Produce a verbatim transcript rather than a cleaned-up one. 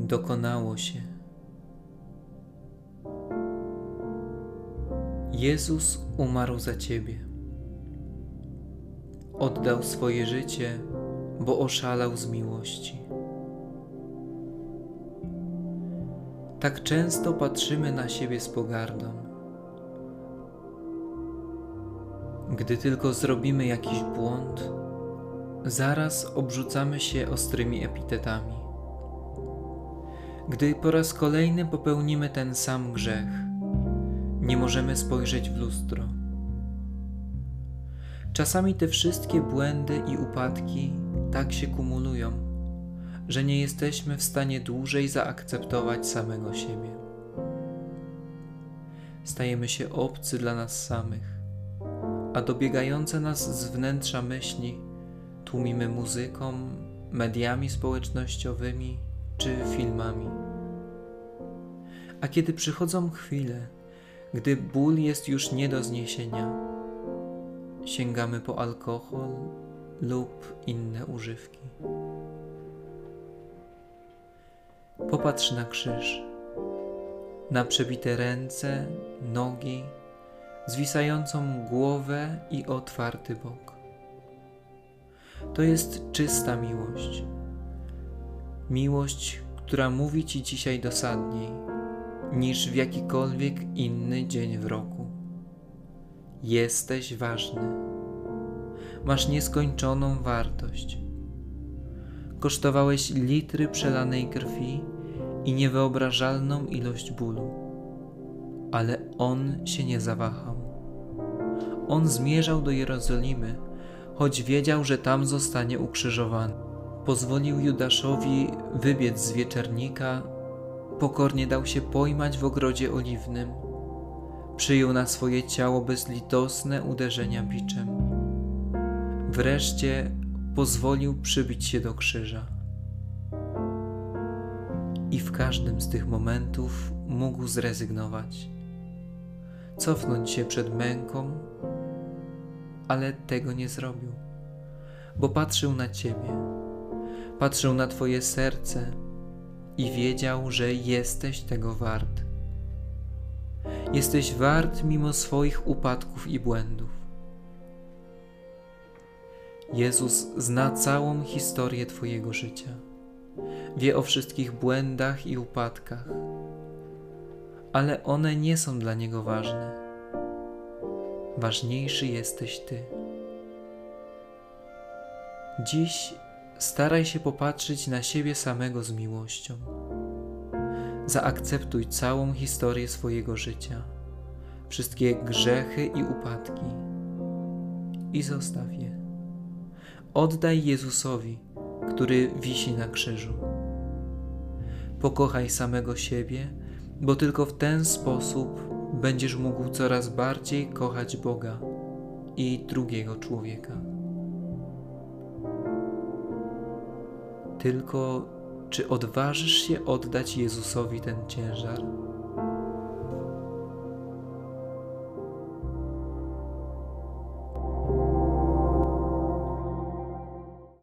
Dokonało się. Jezus umarł za Ciebie. Oddał swoje życie, bo oszalał z miłości. Tak często patrzymy na siebie z pogardą. Gdy tylko zrobimy jakiś błąd, zaraz obrzucamy się ostrymi epitetami. Gdy po raz kolejny popełnimy ten sam grzech, nie możemy spojrzeć w lustro. Czasami te wszystkie błędy i upadki tak się kumulują, że nie jesteśmy w stanie dłużej zaakceptować samego siebie. Stajemy się obcy dla nas samych, a dobiegające nas z wnętrza myśli tłumimy muzyką, mediami społecznościowymi czy filmami. A kiedy przychodzą chwile, gdy ból jest już nie do zniesienia, sięgamy po alkohol lub inne używki. Popatrz na krzyż, na przebite ręce, nogi, zwisającą głowę i otwarty bok. To jest czysta miłość. Miłość, która mówi Ci dzisiaj dosadniej niż w jakikolwiek inny dzień w roku. Jesteś ważny. Masz nieskończoną wartość. Kosztowałeś litry przelanej krwi i niewyobrażalną ilość bólu. Ale On się nie zawahał. On zmierzał do Jerozolimy, choć wiedział, że tam zostanie ukrzyżowany. Pozwolił Judaszowi wybiec z wieczernika, pokornie dał się pojmać w ogrodzie oliwnym, przyjął na swoje ciało bezlitosne uderzenia biczem. Wreszcie pozwolił przybić się do krzyża. I w każdym z tych momentów mógł zrezygnować, cofnąć się przed męką, ale tego nie zrobił, bo patrzył na Ciebie, patrzył na Twoje serce i wiedział, że jesteś tego wart. Jesteś wart mimo swoich upadków i błędów. Jezus zna całą historię Twojego życia. Wie o wszystkich błędach i upadkach, ale one nie są dla Niego ważne. Ważniejszy jesteś Ty. Dziś staraj się popatrzeć na siebie samego z miłością. Zaakceptuj całą historię swojego życia, wszystkie grzechy i upadki i zostaw je. Oddaj Jezusowi, który wisi na krzyżu. Pokochaj samego siebie, bo tylko w ten sposób będziesz mógł coraz bardziej kochać Boga i drugiego człowieka. Tylko czy odważysz się oddać Jezusowi ten ciężar?